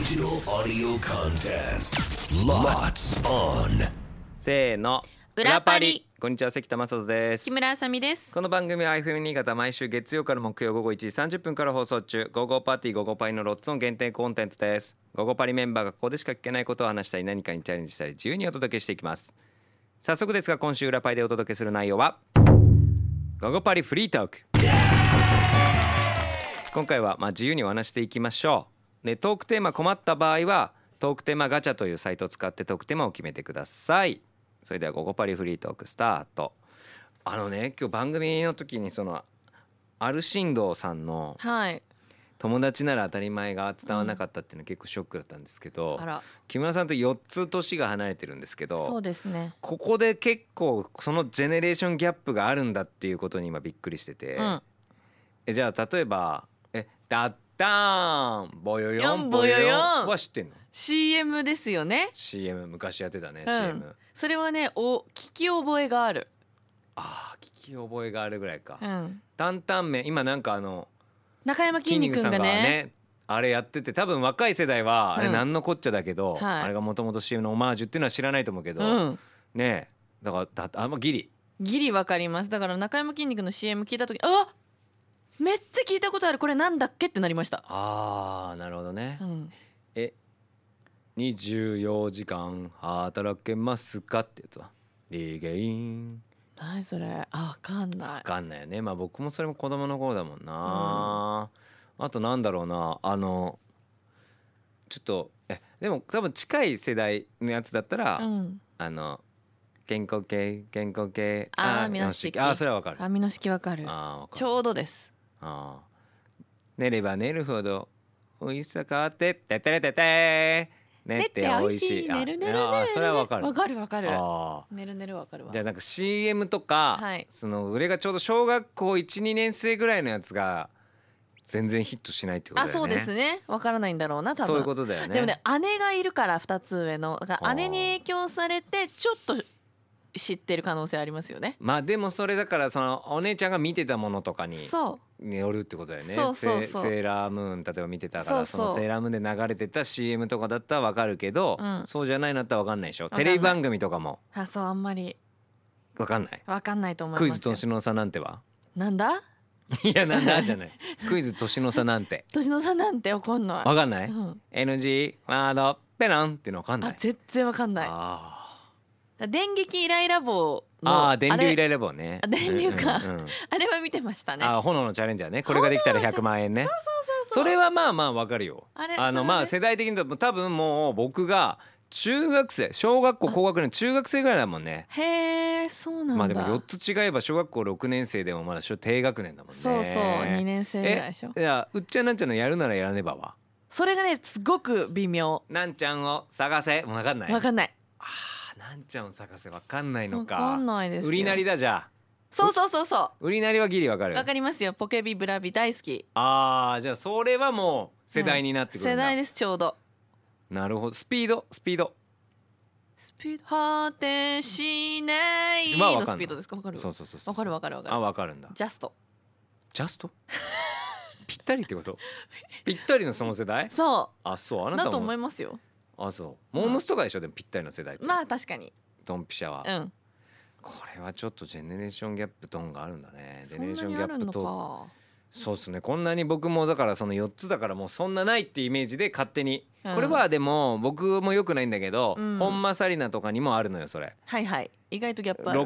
Digital audio contest. Lots on. せーの、 裏パリ。 こんにちは、関田正人です。 木村あさみです。 この番組は FM 新潟毎週月曜から木曜午後1時30分から放送中、ゴーゴーパーティーゴーゴーパリのロッツオン限定コンテンツです。ゴーゴーパリメンバーがここでしか聞けないことを話したり、何かにチャレンジしたり、自由にお届けしていきます。早速ですが、今週裏パリでお届けする内容はゴーゴーパリフリートーク。今回は自由にお話していきましょう。で、トークテーマ困った場合はトークテーマガチャというサイトを使ってトークテーマを決めてください。それではゴゴパリフリートークスタート。今日番組の時にアルシンドさんのはい友達なら当たり前が伝わらなかったっていうのは結構ショックだったんですけど、 あら、 木村さんと4つ年が離れてるんですけど、 そうですね。 ここで結構そのジェネレーションギャップがあるんだっていうことに今びっくりしてて、じゃあ例えばダッダーンボヨヨンボヨヨンは知ってんの？ CM ですよね。 CM 昔やってたね、 うん CM。 それはね、聞き覚えがある。 聞き覚えがあるぐらいか。 うん担々麺、今中山きんに君さんががねねあれやってて、多分若い世代はあれうん何のこっちゃだけど、 はいあれがもともと CM のオマージュっていうのは知らないと思うけど、ねえ、だからギリギリわかります。だから中山きんに君の CM 聞いた時、あ、めっちゃ聞いたことある、これなんだっけってなりました。 なるほどね。 うん、 24時間働けますかってやつはリゲイン。 何それ。わかんない。 分かんないよね。僕もそれも子供の頃だもんな。あとなんだろうな、ちょっとでも多分近い世代のやつだったら、健康系ミノ式。 それはわかる。 ミノ式わかる。 わかる。 ちょうどです。 寝れば寝るほど美味しさ変わってててれてて寝て美味しい。 寝る寝る寝る。 それはわかる。 わかるわかる。寝る寝るわかるわ。 じゃあなんか CM とか、 はい、 俺がちょうど小学校 1,2 年生ぐらいのやつが全然ヒットしないってことだよね。 そうですね。わからないんだろうな、多分。 そういうことだよね。 でもね、姉がいるから2つ上の、だから姉に影響されてちょっと知ってる可能性ありますよね。 でもそれだからお姉ちゃんが見てたものとかによるってことだよね。 そうセーラームーン例えば見てたから、そのセーラームーンで流れてた CM とかだったらわかるけど、そうじゃないのだったらわかんないでしょ。テレビ番組とかもそう、あんまりわかんない。 わかんないと思いますよ。 クイズ年の差なんてはなんだいやなんだじゃないクイズ年の差なんて年の差なんてわかんない。 わかんない、NG ワードペランっていうのわかんない。 全然わかんない。電撃イライラ棒の電流イライラ棒ね。 電流か、あれは見てましたね。 炎のチャレンジャーね。これができたら100万円ね。それはわかるよ。世代的に言うと多分もう僕が中学生、小学校高学年中学生ぐらいだもんね。 へえ、そうなんだ。 でも4つ違えば小学校6年生でもまだ低学年だもんね。 そう2年生ぐらいでしょ。 いや、うっちゃんなんちゃんのやるならやらねばはそれがね、すごく微妙。 なんちゃんを探せ、わかんない。 わかんない。 なんちゃんを探せ、わかんないのか。 わかんないですよ。 売りなりだ。じゃあそう売りなりはギリわかる。 わかりますよ。ポケビブラビ大好き。 じゃあそれはもう世代になってくるんだ。 世代です、ちょうど。 なるほど。スピード果てしないのスピードですか。わかる。 そうわかる。 わかるんだ。 ジャストぴったりってこと？ぴったりのその世代？ そう。 そう。あなたもだと思いますよ。 そう。モームスとかでしょ。でもぴったりの世代って。 確かに。 ドンピシャは。これはちょっとジェネレーションギャップドンがあるんだね。ジェネレーションギャップと。そうですね。こんなに僕もだからその4つだからもうそんなないってイメージで勝手に、これはでも僕もよくないんだけど、本間紗理奈とかにもあるのよそれ。 意外とギャップある。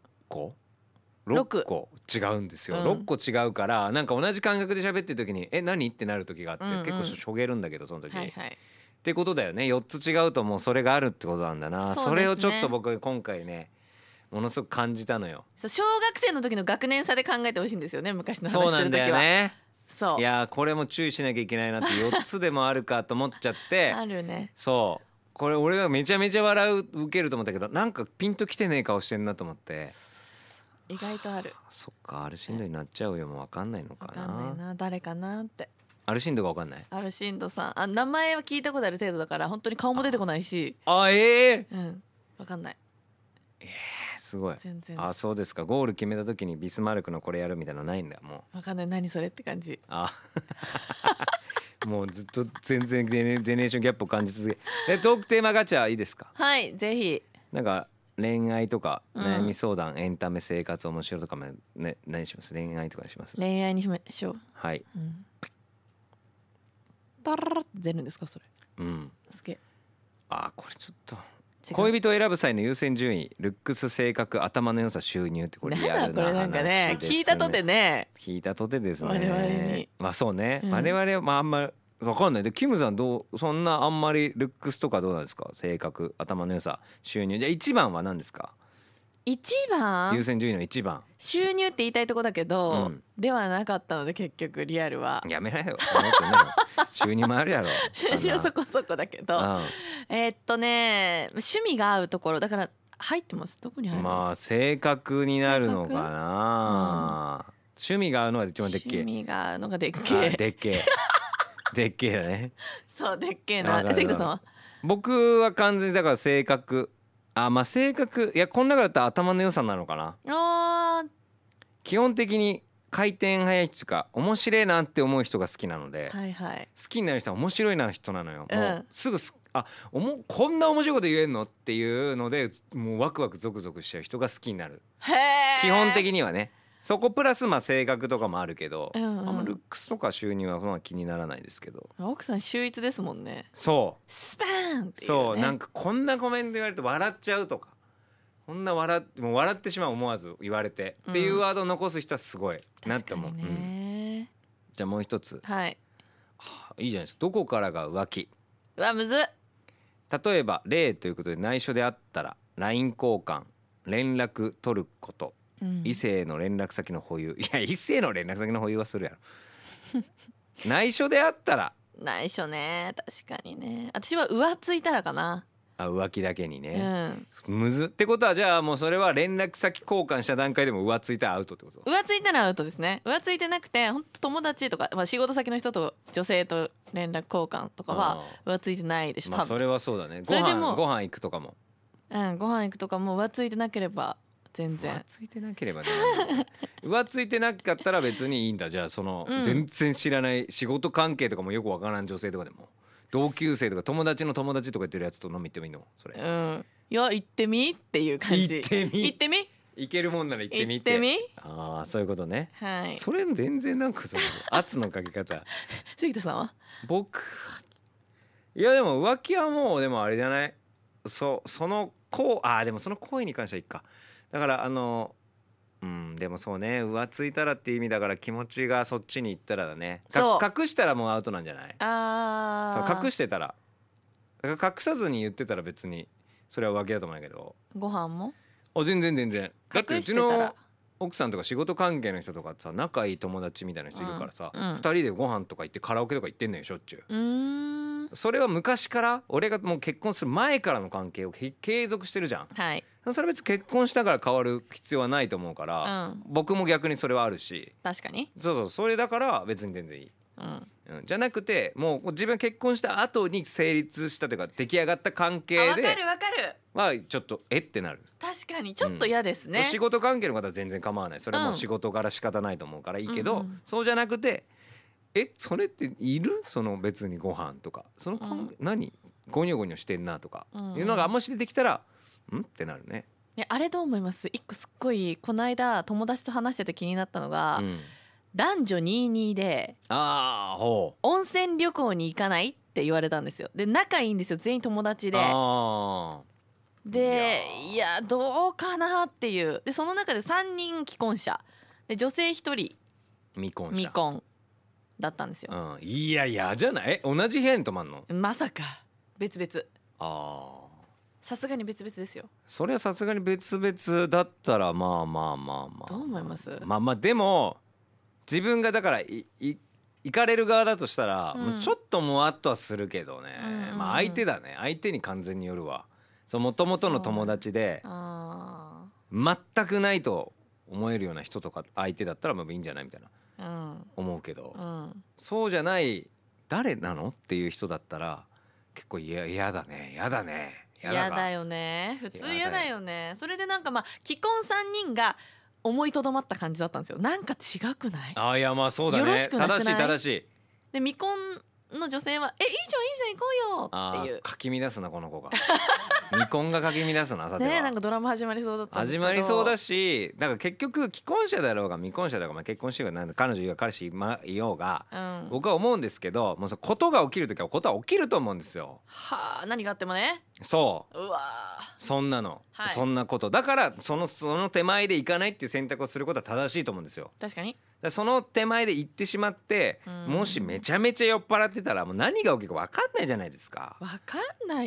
6個違うんですよ。6個違うからなんか同じ感覚で喋ってる時に何ってなる時があって、結構しょげるんだけどその時。ってことだよね。4つ違うともうそれがあるってことなんだな。それをちょっと僕今回ねものすごく感じたのよ。 小学生の時の学年差で考えてほしいんですよね、昔の話する時は。 そうなんだよね。 そう。 いやこれも注意しなきゃいけないなって4つでもあるかと思っちゃってあるね。 そうこれ俺はめちゃめちゃ受けると思ったけど、なんかピンときてねえ顔してんなと思って。 意外とある。 そっか、アルシンドになっちゃうよ。もう分かんないのかな。 分かんないな、誰かなって。 アルシンドが分かんない。 アルシンドさん、名前は聞いたことある程度だから本当に顔も出てこないし。分かんない。 すごい。 全然。 そうですか。ゴール決めた時にビスマルクのこれやるみたいなのないんだ。もう分かんない、何それって感じ。 もうずっと全然ジェネレーションギャップを感じ続けトークテーマガチャいいですか。 はいぜひ。 なんか恋愛とかうん悩み相談、エンタメ生活面白とかも、ね、何します？恋愛とかにします？ 恋愛にしましょう。 はい、 タララって出るんですかそれ。 うん、 すげえ。 これちょっと違う恋人を選ぶ際の優先順位、ルックス、性格、頭の良さ、収入ってこれリアルな話ですね。 これなんかね聞いたとてね。 聞いたとてですね。 我々にまあそうね、 うん我々はまああんまりわかんないで、キムさんどう、そんなあんまりルックスとかどうなんですか？性格、頭の良さ、収入。じゃあ一番は何ですか？ 一番優先順位の一番。 収入って言いたいとこだけど、 うんではなかったので結局リアルはやめなよ。そんなことないよ収入もあるやろ。 収入はそこそこだけど、趣味が合うところだから入ってます。どこに入る？ まあ性格になるのかな、趣味が合うのが一番でっけえ。 趣味が合うのがでっあけえ。 でっけえでっけえだね。 そうでっけえな。 わかる関田さんは？ 僕は完全にだから性格、まあ性格、いやこの中だったら頭の良さなのかな。 あ基本的に回転早い人とか面白いなって思う人が好きなので、 はいはい。 好きになる人は面白いな人なのよ、 うんもうすぐこんな面白いこと言えんのっていうのでもうワクワクゾクゾクしちゃう人が好きになる。 へえ。 基本的にはね。そこプラスまあ性格とかもあるけど、 うんうんあんまルックスとか収入はまあ気にならないですけど。 奥さん秀逸ですもんね。 そスパーンっていう、ね、 そうなんかこんなコメント言われて笑っちゃうとか、こんなもう笑ってしまう、思わず言われて、っていうワードを残す人はすごいなって思う、 確かにね、 じゃあもう一つ、 はい。 いいじゃないですか。どこからが浮気。 うわむずっ。 例えば例ということで内緒であったら LINE 交換、連絡取ること、異性の連絡先の保有。いや異性の連絡先の保有はするやろ内緒であったら。 内緒ね、確かにね。私は浮ついたらかな。 浮気だけにうね、 ん。 むずってことはじゃあもうそれは連絡先交換した段階でも浮ついたらアウトってこと。 浮ついたらアウトですね。浮ついてなくて本当友達とか、まあ、仕事先の人と女性と連絡交換とかは浮ついてないでしょ。多分まあそれはそうだね。 それでもご飯行くとかもご飯行くとかも浮ついてなければ全然。 浮ついてなければね浮ついてなかったら別にいいんだ。じゃあその、全然知らない仕事関係とかもよくわからん女性とかでも、同級生とか友達の友達とか言ってるやつと飲み行ってもいいのそれ。 いや行ってみっていう感じ。 行ってみ行ってみ行けるもんなら行ってみ行ってみ。 そういうことね。 はい。 それ全然なんかその圧のかけ方関田さんは？ 僕いやでも浮気はもうでもあれじゃない。そのでもその行為に関してはいいか。だからでもそうね、浮ついたらっていう意味だから気持ちがそっちに行ったらだね。隠したらもうアウトなんじゃない？そう隠してたら、だから隠さずに言ってたら別にそれは浮気だと思うんだけど。 ご飯も？ 全然だってうち隠してたらの奥さんとか仕事関係の人とかさ、仲いい友達みたいな人いるからさ、2人でご飯とか行ってカラオケとか行ってんのよしょっちゅう。それは昔から俺がもう結婚する前からの関係を継続してるじゃん。 はい。 それは別に結婚したから変わる必要はないと思うから、僕も逆にそれはあるし。 確かに。 そうそれだから別に全然いい、じゃなくてもう自分結婚した後に成立したというか出来上がった関係でわかるわかる。 はちょっとってなる。 確かにちょっと嫌ですね。 仕事関係の方は全然構わない。それはもう仕事柄仕方ないと思うからいいけど、そうじゃなくてそれっている？その別にご飯とかその何ゴニョゴニョしてんなとかいうのがもし出てきたらってなるね。 あれどう思います？一個すっごいこの間友達と話してて気になったのが、男女22で温泉旅行に行かないって言われたんですよ。で仲いいんですよ、全員友達で。でいやどうかなっていう。でその中で3人既婚者で女性1人未婚だったんですよ。 いや嫌じゃない？同じ部屋に泊まんの？ まさか別々。さすがに別々ですよ。 それはさすがに別々だったらまあどう思います？ でも自分がだから行かれる側だとしたら、もうちょっともわっとはするけどね、相手だね。相手に完全によるわ。もともとの友達で全くないと思えるような人とか相手だったらまあいいんじゃないみたいな、思うけど、そうじゃない誰なのっていう人だったら結構嫌だね。嫌だよね。普通嫌だよね。それでなんか既婚3人が思いとどまった感じだったんですよ。なんか違くない？ いやまあそうだね。 よろしくなくない？ 正しい。 で未婚の女性はいいじゃんいいじゃん行こうよっていうかき乱すなこの子が未婚がかき乱すなさてはね、なんかドラマ始まりそうだったんですけど。 始まりそうだし、だから結局既婚者だろうが未婚者だろうが、結婚してようが彼女が彼氏いようが、僕は思うんですけど、もうことが起きるときはことは起きると思うんですよ。 はあ、何があってもね。 そううわそんなの、そんなことだからその手前で行かないっていう選択をすることは正しいと思うんですよ。 確かに。 その手前で行ってしまって、もしめちゃめちゃ酔っ払ってたらもう何が起きるか分かんないじゃないですか。 分かんない？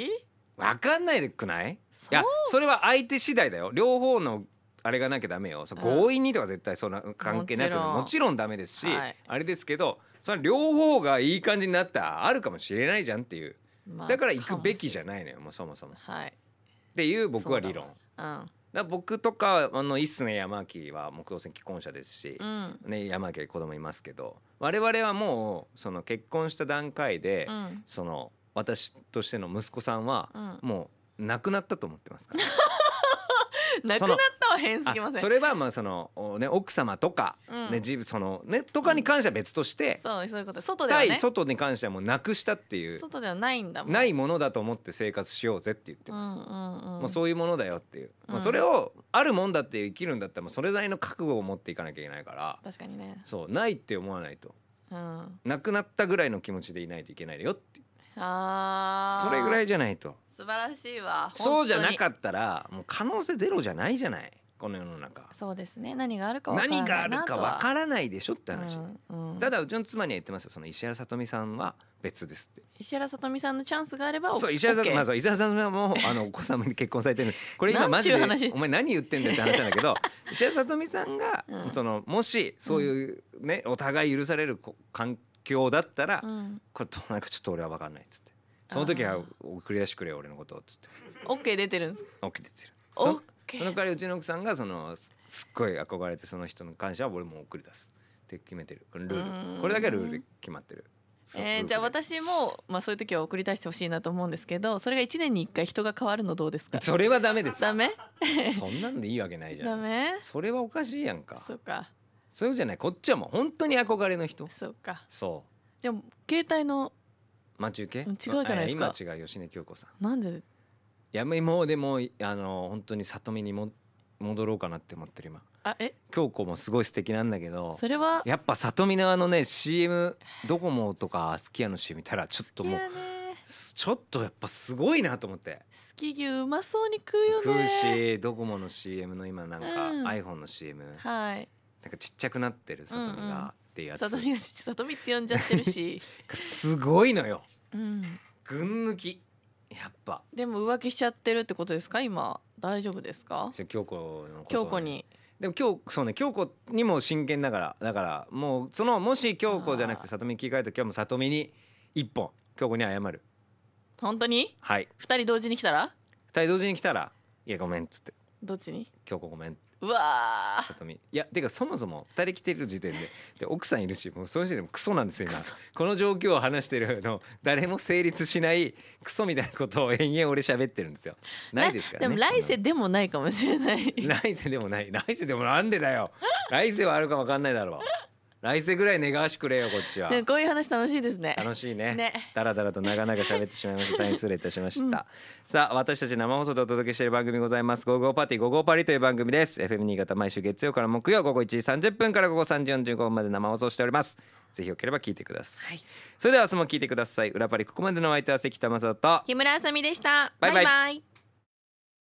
分かんないでくない？いやそれは相手次第だよ。両方のあれがなきゃダメよ。強引にとか絶対そんな関係なくてもちろんダメですし、あれですけど、その両方がいい感じになったらあるかもしれないじゃんっていう、だから行くべきじゃないのよもうそもそも、っていう僕は理論。だ僕とかいっすね山木はもう当然既婚者ですし、ね、山木は子供いますけど、我々はもうその結婚した段階で、その私としての息子さんはもう亡くなったと思ってますから亡くなったは変すぎません？ それはまあその、ね、奥様とか、ね、そのねとかに関しては別として、 そういうこと。外ではね、 対外に関してはもうなくしたっていう、 外ではないんだもん、 ないものだと思って生活しようぜって言ってます。もうそういうものだよっていう、それをあるもんだって生きるんだったらもうそれなりの覚悟を持っていかなきゃいけないから。 確かにね。 そうないって思わないと、なくなったぐらいの気持ちでいないといけないよって。それぐらいじゃないと。 素晴らしいわ。 そうじゃなかったらもう可能性ゼロじゃないじゃないこの世の中。 そうですね。何があるか分からないなとは。 何があるか分からないでしょって話、ただうちの妻には言ってますよ。その石原さとみさんは別ですって。 石原さとみさんのチャンスがあればそう石原さとみ、まず石原さとみはもうお子様に結婚されてるこれ今マジでお前何言ってんだよって話なんだけど石原さとみさんが、そのもしそういうね、お互い許される環境だったら、これどうなるかちょっと俺は分かんないっつって、その時は送り出してくれよ俺のことっつって。 OK 出てるんですか？ OK 出てる。その代わりうちの奥さんがすっごい憧れてその人の感謝は俺も送り出すって決めてる。これルール、これだけはルールで決まってる。 じゃあ私も、そういう時は送り出してほしいなと思うんですけど、それが1年に1回人が変わるのどうですか？ それはダメです。 ダメそんなんでいいわけないじゃん。 ダメ？ それはおかしいやんか。 そうか。 そういうじゃない。こっちはもう本当に憧れの人。 そうか。 そうでも携帯の待ち受け違うじゃないですか。 今違う吉根京子さん。 なんで？ いやもうでも本当に里見にも戻ろうかなって思ってる今。京子もすごい素敵なんだけど、 それはやっぱ里見のね CM ドコモとかすき家の CM 見たらちょっともうちょっとやっぱすごいなと思って。 すき牛うまそうに食うよね。 食うしドコモの CM の今なんか、iPhone の CM、なんかちっちゃくなってる里見がっていうやつ。 里見が里見って呼んじゃってるしすごいのよ、群抜き。やっぱでも浮気しちゃってるってことですか今？大丈夫ですか？ 京子のこと、 京子に。 でもそうね、京子にも真剣だからもうもし京子じゃなくて里見切り替えるときはもう里見に一本京子に謝る。 本当に？ はい。 2人同時に来たら？ 2人同時に来たらいやごめんっつって。 どっちに？ 京子ごめん。 うわ里見。いやてかそもそも2人来てる時点で奥さんいるしもうその時点でもクソなんですよ今。この状況を話してるの誰も成立しないクソみたいなことを延々俺喋ってるんですよ。ないですからね。 でも来世でもないかもしれない。 来世でもない。来世でもなんでだよ。来世はあるか分かんないだろう。来世ぐらい願わしくれよこっちは。 こういう話楽しいですね。 楽しいね。だらだらと長々喋ってしまいました。大変失礼いたしました、さあ私たち生放送でお届けしている番組ございます。ゴーゴーパーティーゴーゴーパリという番組です。 FM 新潟毎週月曜から木曜午後1時30分から午後3時45分まで生放送しております。ぜひよければ聞いてください、それでは明日も聞いてください。裏パリここまでのお相手は関田正人と木村あさみでした。 バイバイ。 バイバイ。